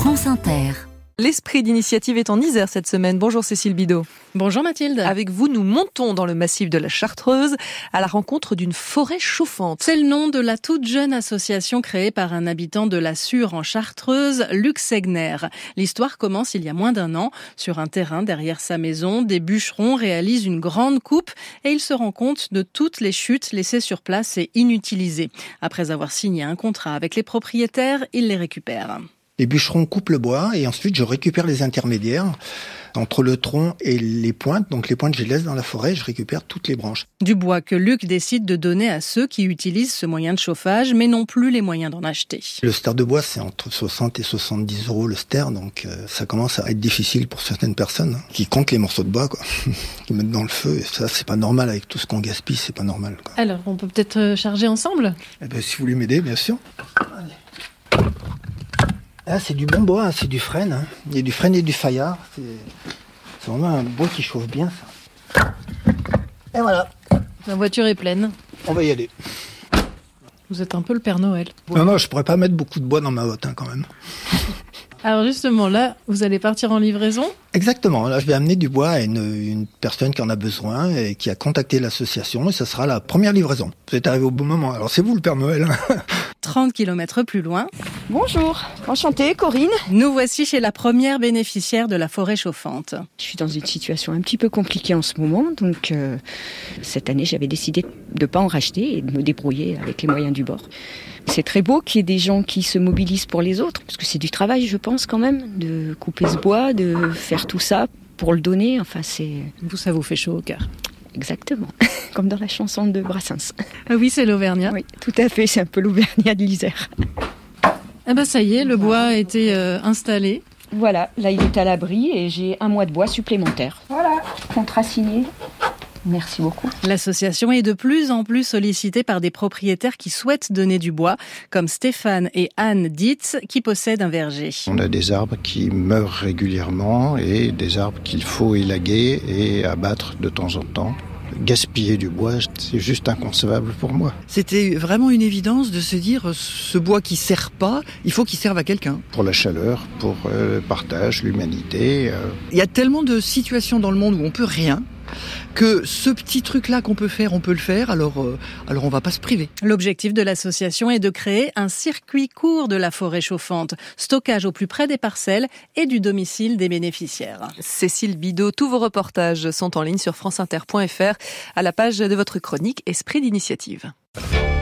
France Inter. L'esprit d'initiative est en Isère cette semaine. Bonjour Cécile Bidot. Bonjour Mathilde. Avec vous, nous montons dans le massif de la Chartreuse à la rencontre d'une forêt chauffante. C'est le nom de la toute jeune association créée par un habitant de la Sûre en Chartreuse, Luc Segner. L'histoire commence il y a moins d'1 an. Sur un terrain derrière sa maison, des bûcherons réalisent une grande coupe et il se rend compte de toutes les chutes laissées sur place et inutilisées. Après avoir signé un contrat avec les propriétaires, il les récupère. Les bûcherons coupent le bois et ensuite je récupère les intermédiaires entre le tronc et les pointes. Donc les pointes, je les laisse dans la forêt, je récupère toutes les branches. Du bois que Luc décide de donner à ceux qui utilisent ce moyen de chauffage, mais n'ont plus les moyens d'en acheter. Le ster de bois, c'est entre 60 et 70 euros le ster, donc ça commence à être difficile pour certaines personnes qui comptent les morceaux de bois, quoi, qui mettent dans le feu. Et ça, c'est pas normal avec tout ce qu'on gaspille, c'est pas normal, quoi. Alors, on peut peut-être charger ensemble ? Eh ben, si vous voulez m'aider, bien sûr. Allez. Ah, c'est du bon bois, c'est du frêne. Hein. Il y a du frêne et du faïard. C'est vraiment un bois qui chauffe bien, ça. Et voilà. La voiture est pleine. On va y aller. Vous êtes un peu le Père Noël. Non, je pourrais pas mettre beaucoup de bois dans ma hotte, hein, quand même. Alors justement, là, vous allez partir en livraison ? Exactement. Là, je vais amener du bois à une personne qui en a besoin et qui a contacté l'association. Et ça sera la première livraison. Vous êtes arrivé au bon moment. Alors, c'est vous le Père Noël, hein. 30 km plus loin. Bonjour, enchantée, Corinne. Nous voici chez la première bénéficiaire de la forêt chauffante. Je suis dans une situation un petit peu compliquée en ce moment, donc cette année j'avais décidé de ne pas en racheter et de me débrouiller avec les moyens du bord. C'est très beau qu'il y ait des gens qui se mobilisent pour les autres, parce que c'est du travail, je pense, quand même, de couper ce bois, de faire tout ça pour le donner. Enfin, Vous, ça vous fait chaud au cœur. Exactement, comme dans la chanson de Brassens. Ah oui, c'est l'Auvergnat. Oui, tout à fait, c'est un peu l'Auvergnat de l'Isère. Ah bah ça y est, le bois a été installé. Voilà, là il est à l'abri et j'ai 1 mois de bois supplémentaire. Voilà, contrat signé. Merci beaucoup. L'association est de plus en plus sollicitée par des propriétaires qui souhaitent donner du bois, comme Stéphane et Anne Dietz, qui possèdent un verger. On a des arbres qui meurent régulièrement et des arbres qu'il faut élaguer et abattre de temps en temps. Gaspiller du bois, c'est juste inconcevable pour moi. C'était vraiment une évidence de se dire, ce bois qui sert pas, il faut qu'il serve à quelqu'un. Pour la chaleur, pour le partage, l'humanité. Il y a tellement de situations dans le monde où on peut rien, que ce petit truc-là qu'on peut faire, on peut le faire, alors on va pas se priver. L'objectif de l'association est de créer un circuit court de la forêt chauffante, stockage au plus près des parcelles et du domicile des bénéficiaires. Cécile Bidot, tous vos reportages sont en ligne sur franceinter.fr à la page de votre chronique Esprit d'initiative.